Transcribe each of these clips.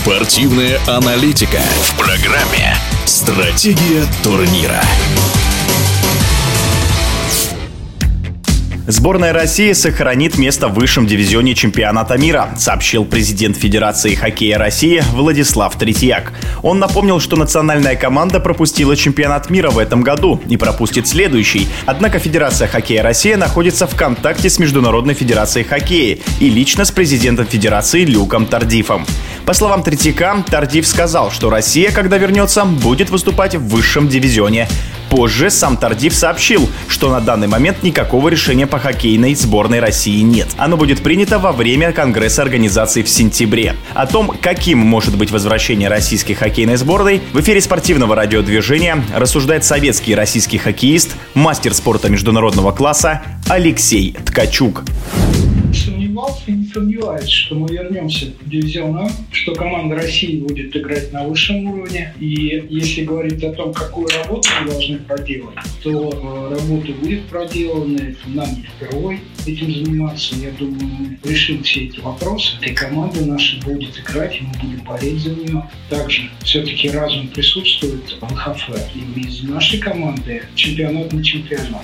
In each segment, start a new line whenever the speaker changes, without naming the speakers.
Спортивная аналитика в программе «Стратегия турнира».
Сборная России сохранит место в высшем дивизионе чемпионата мира, сообщил президент Федерации хоккея России Владислав Третьяк. Он напомнил, что национальная команда пропустила чемпионат мира в этом году и пропустит следующий. Однако Федерация хоккея России находится в контакте с Международной федерацией хоккея и лично с президентом Федерации Люком Тардифом. По словам Третьяка, Тардиф сказал, что Россия, когда вернется, будет выступать в высшем дивизионе. Позже сам Тардиф сообщил, что на данный момент никакого решения по хоккейной сборной России нет. Оно будет принято во время Конгресса организации в сентябре. О том, каким может быть возвращение российской хоккейной сборной, в эфире спортивного радиодвижения рассуждает советский и российский хоккеист, мастер спорта международного класса Алексей Ткачук.
Сомневался и не сомневаюсь, что мы вернемся в дивизион А, что команда России будет играть на высшем уровне. И если говорить о том, какую работу мы должны проделать, то работа будет проделана. Это нам не впервые этим заниматься. Я думаю, мы решим все эти вопросы. И команда наша будет играть, и мы будем болеть за нее. Также все-таки разум присутствует в ЛХФ. И без нашей команды чемпионат на чемпионат.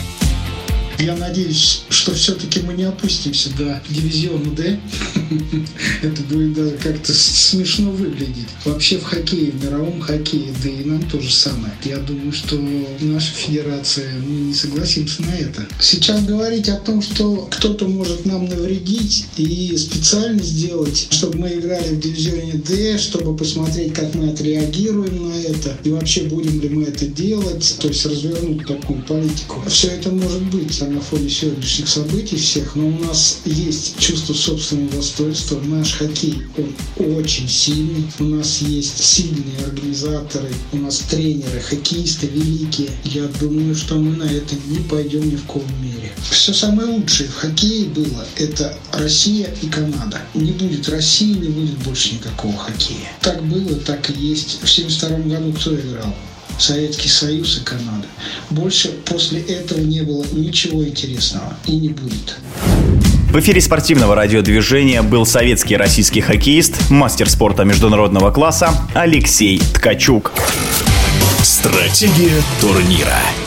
Я надеюсь, что все-таки мы не опустимся до дивизиона Д. Это будет даже как-то смешно выглядеть. Вообще в хоккее, в мировом хоккее, да и нам то же самое. Я думаю, что наша федерация, мы не согласимся на это. Сейчас говорить о том, что кто-то может нам навредить и специально сделать, чтобы мы играли в дивизионе Д, чтобы посмотреть, как мы отреагируем на это, и вообще будем ли мы это делать, то есть развернуть такую политику. Все это может быть на фоне сегодняшних событий всех, но у нас есть чувство собственного достоинства. Наш хоккей, он очень сильный. У нас есть сильные организаторы, у нас тренеры, хоккеисты великие. Я думаю, что мы на это не пойдем ни в коем мере. Все самое лучшее в хоккее было — это Россия и Канада. Не будет России, не будет больше никакого хоккея. Так было, так и есть. В 1972 году кто играл? Советский Союз и Канада. Больше после этого не было ничего интересного и не будет.
В эфире спортивного радиодвижения был советский и российский хоккеист, мастер спорта международного класса Алексей Ткачук.
Стратегия турнира.